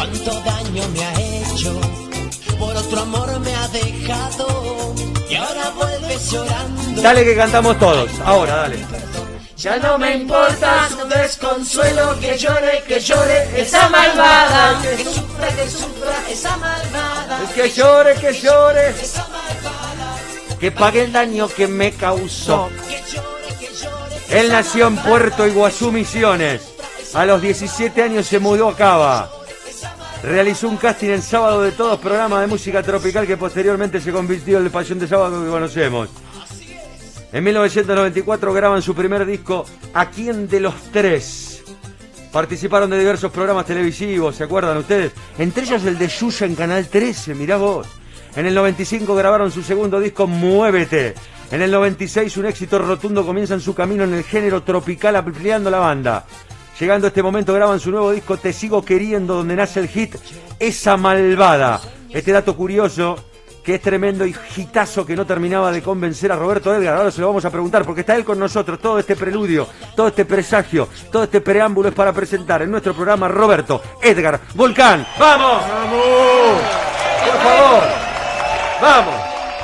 cuánto daño me ha hecho, por otro amor me ha dejado y ahora vuelves llorando. Dale que cantamos todos, ahora dale. Ya no me importa su desconsuelo, que llore esa malvada. Que sufra esa malvada. Que llore, Esa malvada. que pague el daño que me causó. Que llore Él nació en Puerto Iguazú, Misiones. A los 17 años se mudó a Cava. Realizó un casting en Sábado de Todos, programa de música tropical que posteriormente se convirtió en el Pasión de Sábado que conocemos. En 1994 graban su primer disco, ¿A quién de los tres? Participaron de diversos programas televisivos, ¿se acuerdan ustedes? Entre ellos el de Yuya en Canal 13, mirá vos. En el 95 grabaron su segundo disco, Muévete. En el 96 un éxito rotundo, comienzan su camino en el género tropical ampliando la banda. Llegando a este momento graban su nuevo disco, Te Sigo Queriendo, donde nace el hit Esa Malvada. Este dato curioso, que es tremendo y hitazo que no terminaba de convencer a Roberto Edgar. Ahora se lo vamos a preguntar porque está él con nosotros. Todo este preludio, todo este presagio, todo este preámbulo es para presentar en nuestro programa Roberto Edgar Volcán. ¡Vamos! ¡Vamos! Por favor, ¡vamos!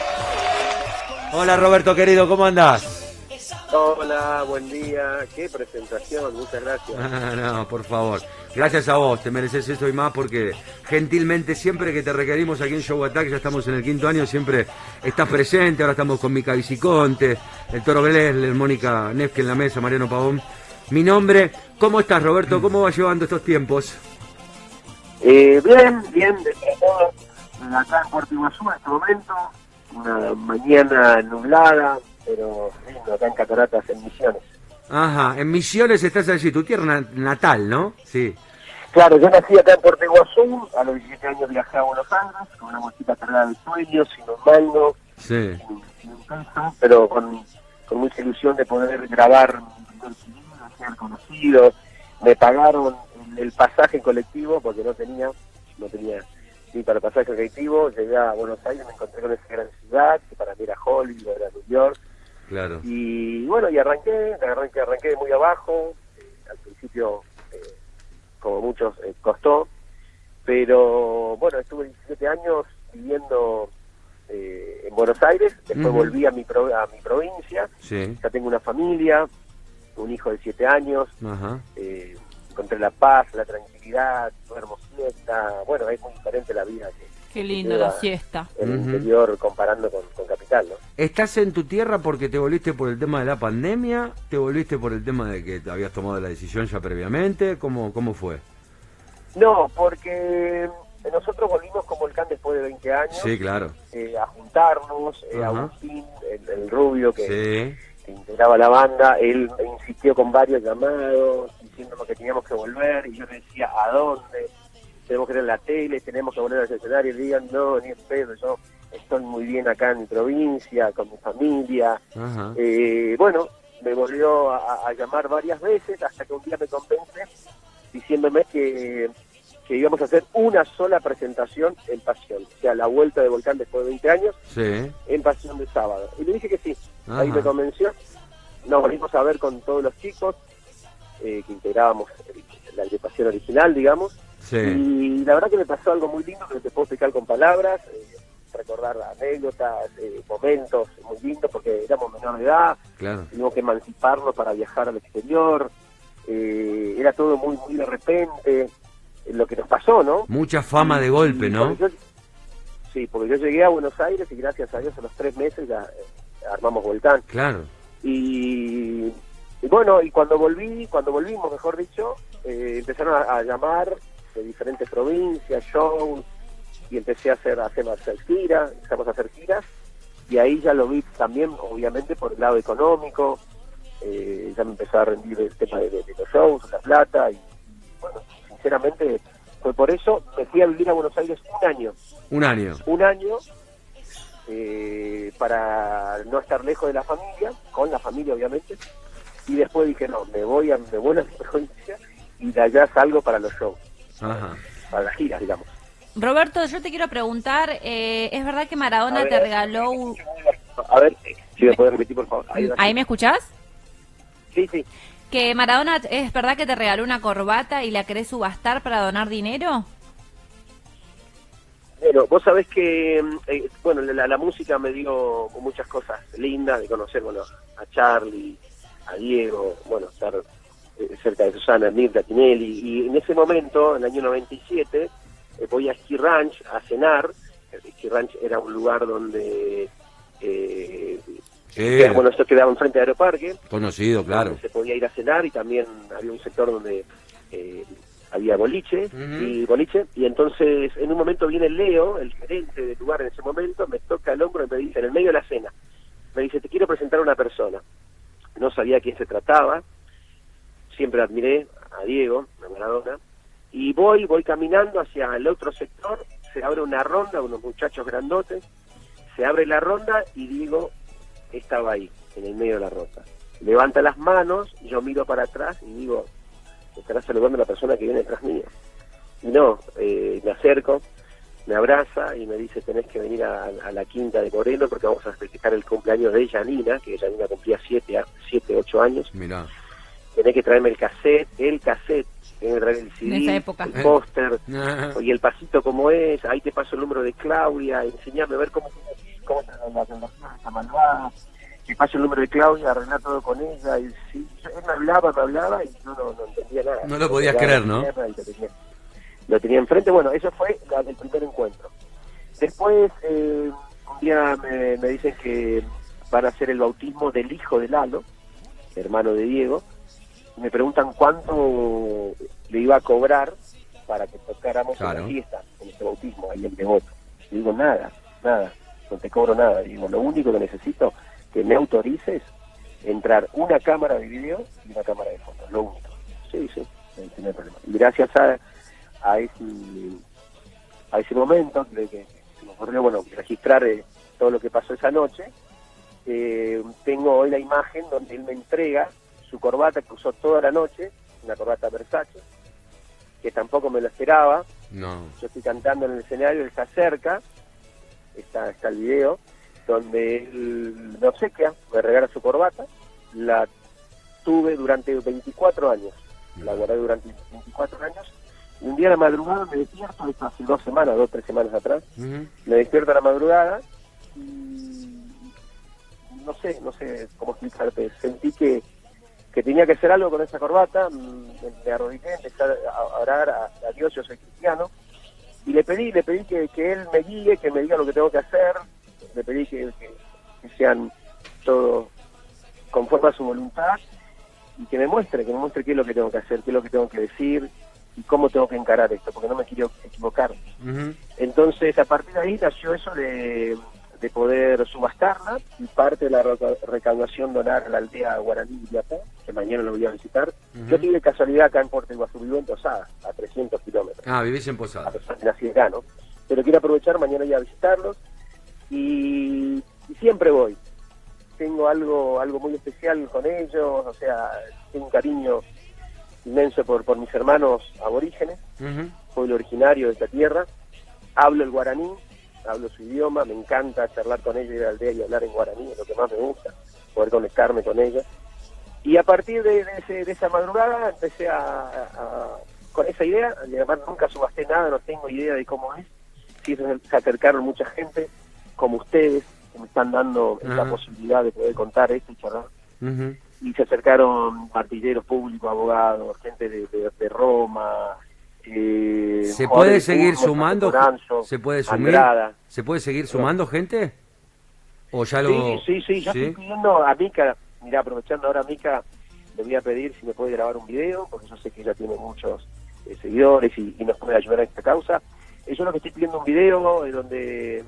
Hola Roberto querido, ¿cómo andás? Hola, buen día. Qué presentación, muchas gracias. No, por favor. Gracias a vos, te mereces eso y más porque gentilmente siempre que te requerimos aquí en Show Attack, ya estamos en el 5º año, siempre estás presente. Ahora estamos con Mica Viciconte, el Toro Vélez, Mónica Nefke en la mesa, Mariano Pavón. Mi nombre, ¿cómo estás Roberto? ¿Cómo vas llevando estos tiempos? Bien, de todo. Acá en Puerto Iguazú en este momento, una mañana nublada, pero lindo, acá en Cataratas, en Misiones. Ajá, en Misiones estás allí, tu tierra natal, ¿no? Sí. Claro, yo nací acá en Puerto Iguazú, a los 17 años viajé a Buenos Aires, con una mochila cargada de sueños, sin un mando, Sí. sin un peso, pero con mucha ilusión de poder grabar mi primer CD, ser conocido. Me pagaron el pasaje colectivo, porque no tenía ni para el pasaje colectivo. Llegué a Buenos Aires, me encontré con esa gran ciudad, que para mí era Hollywood, era New York. Claro. Y bueno, y arranqué de muy abajo. Al principio, como muchos, costó, pero bueno, estuve 17 años viviendo en Buenos Aires. Después volví a mi provincia. Sí. Ya tengo una familia, un hijo de 7 años. Ajá. Encontré la paz, la tranquilidad, duermo siesta. Bueno, es muy diferente la vida Qué lindo la siesta. en el interior comparando con Capital, ¿no? ¿Estás en tu tierra porque te volviste por el tema de la pandemia? ¿Te volviste por el tema de que habías tomado la decisión ya previamente? ¿Cómo fue? No, porque nosotros volvimos con Volcán después de 20 años. Sí, claro. A juntarnos. Ajá. Agustín, el rubio que Sí. integraba la banda, él insistió con varios llamados, diciéndonos que teníamos que volver, y yo le decía, ¿a dónde? Tenemos que ir a la tele, tenemos que volver al escenario. Y digan, no, ni en pedo, yo estoy muy bien acá en mi provincia, con mi familia. Ajá. Bueno, me volvió a llamar varias veces, hasta que un día me convence, diciéndome que íbamos a hacer una sola presentación en Pasión, o sea, la vuelta de Volcán después de 20 años, Sí. en Pasión de Sábado. Y le dije que sí, ahí Ajá. me convenció. Nos volvimos a ver con todos los chicos que integrábamos la agrupación original, digamos. Sí. Y la verdad que me pasó algo muy lindo que no te puedo explicar con palabras, recordar anécdotas, momentos muy lindos, porque éramos menor de edad, Claro. tuvimos que emanciparnos para viajar al exterior, era todo muy de repente, lo que nos pasó, ¿no? Mucha fama de golpe, ¿no? Porque yo llegué a Buenos Aires y gracias a Dios a los 3 meses ya armamos Volcán. Claro. Y bueno, y cuando volvimos, mejor dicho, empezaron a llamar de diferentes provincias, shows, y empecé a hacer giras, empezamos a hacer giras, y ahí ya lo vi también, obviamente, por el lado económico. Ya me empezó a rendir el tema de los shows, la plata, y bueno, sinceramente fue por eso. Me fui a vivir a Buenos Aires Un año. Para no estar lejos de la familia, con la familia obviamente, y después dije, no, me voy a mi provincia, y de allá salgo para los shows. Ajá. Para las giras, digamos. Roberto, yo te quiero preguntar, ¿es verdad que Maradona te regaló un... A ver, si me puedes repetir, por favor. ¿Ahí me escuchás? Sí. ¿Que Maradona, es verdad que te regaló una corbata y la querés subastar para donar dinero? Bueno, vos sabés que, bueno, la música me dio muchas cosas lindas, de conocer, bueno, a Charlie, a Diego, bueno, estar cerca de Susana, Mirta, Tinelli, y en ese momento, en el año 97, voy a Ski Ranch a cenar. Ski Ranch era un lugar donde, bueno, esto quedaba enfrente de Aeroparque. Conocido, claro. Se podía ir a cenar y también había un sector donde había boliche, y entonces en un momento viene Leo, el gerente del lugar en ese momento, me toca el hombro y me dice, en el medio de la cena, me dice, te quiero presentar a una persona. No sabía a quién se trataba, siempre admiré a Diego, a Maradona, y voy caminando hacia el otro sector, se abre una ronda, unos muchachos grandotes, se abre la ronda y Diego estaba ahí, en el medio de la ronda. Levanta las manos, yo miro para atrás y digo, estará saludando a la persona que viene detrás mío. Y no, me acerco, me abraza y me dice, tenés que venir a la quinta de Moreno porque vamos a festejar el cumpleaños de Janina, que Janina cumplía 7, 8 años. Mirá. Tenés que traerme el cassette, tenés que traer el CD, en esa época. el póster, y el pasito como es, ahí te paso el número de Claudia, enseñame a ver cómo se la malvada, te paso el número de Claudia, arreglar todo con ella, y sí, él me hablaba, y yo no entendía nada. No lo podías creer, ¿no? Lo tenía enfrente, bueno, eso fue el primer encuentro. Después, un día me dicen que van a hacer el bautismo del hijo de Lalo, hermano de Diego. Me preguntan cuánto le iba a cobrar para que tocáramos en la fiesta, en este bautismo, ahí en Devoto. Y digo, nada, no te cobro nada. Digo, lo único que necesito que me autorices entrar una cámara de video y una cámara de fotos, lo único. Sí, no hay problema. Y gracias a ese momento que se me ocurrió, bueno, registrar todo lo que pasó esa noche, tengo hoy la imagen donde él me entrega su corbata que usó toda la noche, una corbata Versace, que tampoco me lo esperaba. No. Yo estoy cantando en el escenario, él se acerca, está el video, donde él me obsequia, me regala su corbata, la tuve durante 24 años, la guardé durante 24 años, y un día a la madrugada me despierto, esto hace 2 semanas, 3 semanas atrás, me despierto a la madrugada, y no sé cómo explicarte, sentí que tenía que hacer algo con esa corbata, me arrodillé, empecé a orar a Dios, yo soy cristiano, y le pedí que Él me guíe, que me diga lo que tengo que hacer, le pedí que sean todos conforme a su voluntad, y que me muestre qué es lo que tengo que hacer, qué es lo que tengo que decir, y cómo tengo que encarar esto, porque no me quiero equivocar. Entonces, a partir de ahí nació eso de poder subastarla, y parte de la recaudación donar a la aldea guaraní Villapó, que mañana lo voy a visitar. Yo tuve casualidad acá en Puerto Iguazú, vivo en Posada, a 300 kilómetros. Ah, vivís en Posada. Nací acá, ¿no? Pero quiero aprovechar, mañana ir a visitarlos, y siempre voy. Tengo algo muy especial con ellos, o sea, tengo un cariño inmenso por mis hermanos aborígenes, pueblo originario de esta tierra, hablo el guaraní, hablo su idioma, me encanta charlar con ella, ir a la aldea y hablar en guaraní, es lo que más me gusta, poder conectarme con ella. Y a partir de esa madrugada empecé con esa idea, además nunca subasté nada, no tengo idea de cómo es, sí se acercaron mucha gente, como ustedes, que me están dando esta posibilidad de poder contar esto y charlar. Y se acercaron partilleros públicos, abogados, gente de Roma. ¿Se puede seguir sumando? ¿Se puede seguir sumando gente? ¿O ya lo...? Sí, yo estoy pidiendo a Mica, mirá, aprovechando ahora a Mica, le voy a pedir si me puede grabar un video, porque yo sé que ella tiene muchos seguidores y nos puede ayudar a esta causa. Yo lo que estoy pidiendo un video donde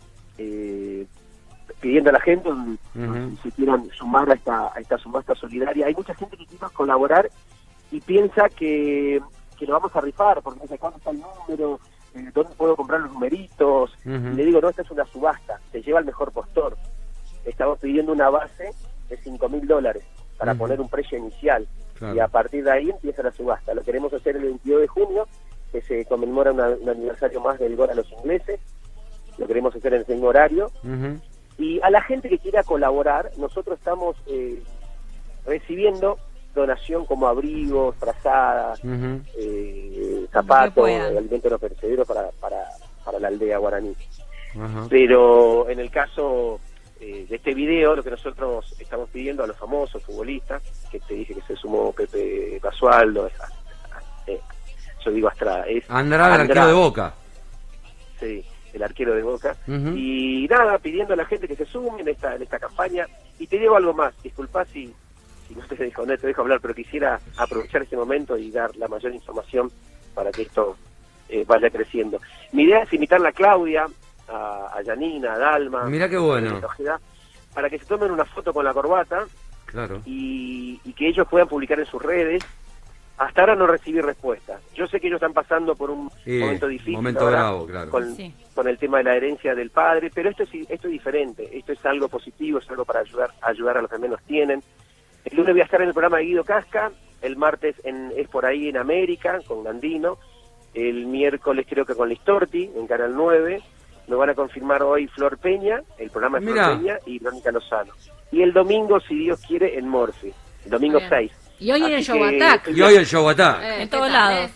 pidiendo a la gente si quieran sumar a esta subasta solidaria. Hay mucha gente que quiere colaborar y piensa que lo vamos a rifar, porque no sé cuánto está el número, dónde puedo comprar los numeritos. Y le digo, no, esta es una subasta, se lleva el mejor postor. Estamos pidiendo una base de $5.000 para poner un precio inicial. Claro. Y a partir de ahí empieza la subasta. Lo queremos hacer el 22 de junio, que se conmemora un aniversario más del gol a los ingleses. Lo queremos hacer en ese mismo horario. Y a la gente que quiera colaborar, nosotros estamos recibiendo donación como abrigos, frazadas, zapatos, alimentos no perecederos para la aldea guaraní. Ajá. Pero en el caso de este video, lo que nosotros estamos pidiendo a los famosos futbolistas, que te dije que se sumó Pepe Basualdo, yo digo Astra, es Andrade, el arquero de Boca. Sí, el arquero de Boca. Y nada, pidiendo a la gente que se sume en esta campaña. Y te digo algo más, disculpá si no te dejo hablar, pero quisiera aprovechar este momento y dar la mayor información para que esto vaya creciendo. Mi idea es invitarla a Claudia, a Janina, a Dalma. Mirá qué bueno. Para que se tomen una foto con la corbata. Claro. Y que ellos puedan publicar en sus redes. Hasta ahora no recibí respuesta. Yo sé que ellos están pasando por un momento difícil. Momento bravo, claro. Con el tema de la herencia del padre, pero esto es diferente. Esto es algo positivo, es algo para ayudar a los que menos tienen. El lunes voy a estar en el programa de Guido Casca, el martes es por ahí en América, con Andino, el miércoles creo que con Listorti, en Canal 9, me van a confirmar hoy Flor Peña, el programa de Flor Peña y Verónica Lozano. Y el domingo, si Dios quiere, en Morphy, el domingo 6. Y hoy en el Show Attack. Y hoy el Show Attack. En todos lados.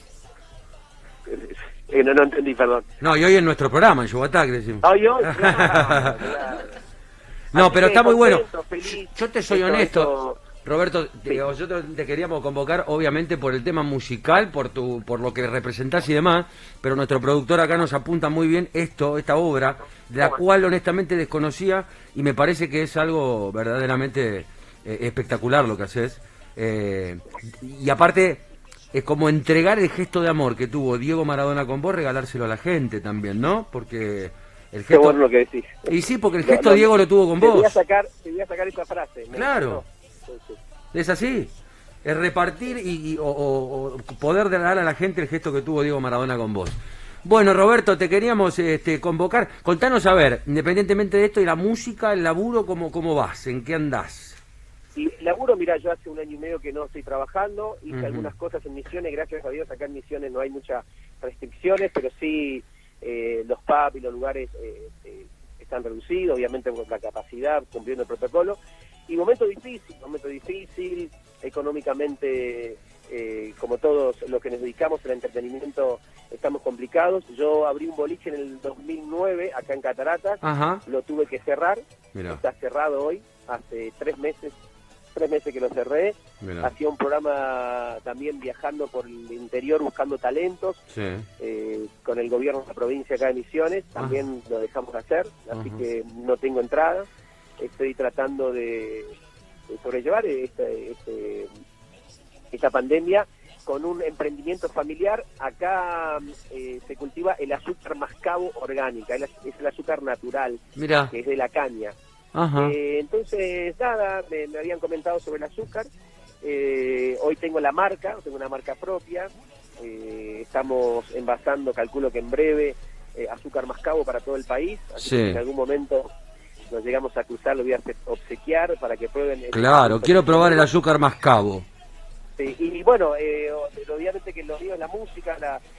No entendí, perdón. No, y hoy en nuestro programa, en Show Attack, decimos. Hoy, claro. No, pero está muy bueno. Feliz. Yo te soy honesto, Roberto, nosotros te queríamos convocar, obviamente, por el tema musical, por lo que representás y demás, pero nuestro productor acá nos apunta muy bien esta obra, de la cual honestamente desconocía, y me parece que es algo verdaderamente espectacular lo que haces. Y aparte, es como entregar el gesto de amor que tuvo Diego Maradona con vos, regalárselo a la gente también, ¿no? Porque el gesto... Qué bueno lo que decís. Y sí, porque el gesto Diego lo tuvo con vos. Te voy a sacar esa frase. Claro. Es así. Es repartir o poder dar a la gente el gesto que tuvo Diego Maradona con vos. Bueno, Roberto, te queríamos convocar. Contanos, a ver, independientemente de esto y la música, el laburo, ¿cómo vas? ¿En qué andás? Y laburo, mira, yo hace 1 año y medio que no estoy trabajando, hice algunas cosas en Misiones, gracias a Dios acá en Misiones no hay muchas restricciones, pero sí los pubs y los lugares están reducidos, obviamente por la capacidad, cumpliendo el protocolo, y momento difícil, económicamente, como todos los que nos dedicamos al entretenimiento, estamos complicados. Yo abrí un boliche en el 2009 acá en Cataratas, lo tuve que cerrar, está cerrado hoy, hace 3 meses que lo cerré. Mirá. Hacía un programa también viajando por el interior buscando talentos, con el gobierno de la provincia acá de Misiones, también lo dejamos de hacer, así que no tengo entrada. Estoy tratando de sobrellevar esta pandemia con un emprendimiento familiar. Acá se cultiva el azúcar mascabo orgánica, es el azúcar natural. Mirá. Que es de la caña. Entonces, nada, me habían comentado sobre el azúcar. Hoy tengo una marca propia. Estamos envasando, calculo que en breve, azúcar mascabo para todo el país. Así que en algún momento nos llegamos a cruzar, lo voy a obsequiar para que prueben. Claro, quiero probar el azúcar mascabo. Sí, y bueno, obviamente que lo mío es la música,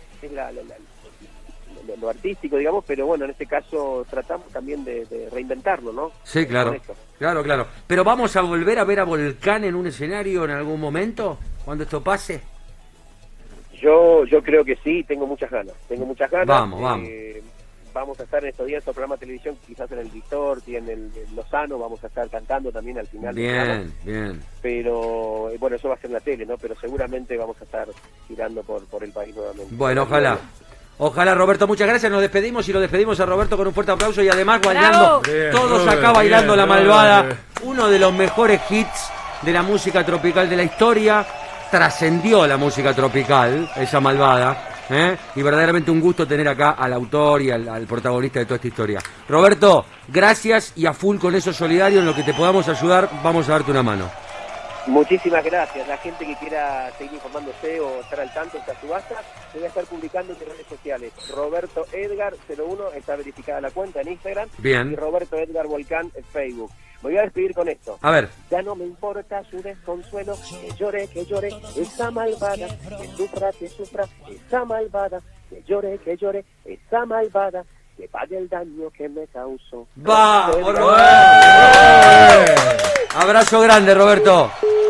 lo artístico, digamos, pero bueno, en este caso tratamos también de reinventarlo, ¿no? Sí, claro, claro. Pero ¿vamos a volver a ver a Volcán en un escenario en algún momento, cuando esto pase? Yo creo que sí, tengo muchas ganas. Vamos. Vamos a estar en estos días, en estos programas de televisión, quizás en el Listorti, en el Lozano, vamos a estar cantando también al final. Bien. Pero, bueno, eso va a ser en la tele, ¿no? Pero seguramente vamos a estar girando por el país nuevamente. Bueno, ojalá, Roberto, muchas gracias. Nos despedimos y lo despedimos a Roberto con un fuerte aplauso y además bailando, todos acá bailando La Malvada, uno de los mejores hits de la música tropical de la historia. Trascendió la música tropical, esa Malvada. Y verdaderamente un gusto tener acá al autor y al protagonista de toda esta historia. Roberto, gracias, y a full con eso, solidario, en lo que te podamos ayudar, vamos a darte una mano. Muchísimas gracias. La gente que quiera seguir informándose o estar al tanto de esta subasta, se voy a estar publicando en mis redes sociales. Roberto Edgar 01, está verificada la cuenta en Instagram. Bien. Y Roberto Edgar Volcán en Facebook. Me voy a despedir con esto. A ver. Ya no me importa su desconsuelo, que llore, esa malvada, que sufra, esa malvada, que llore, esa malvada, que pague el daño que me causó. ¡Vamos, Roberto! Abrazo grande, Roberto.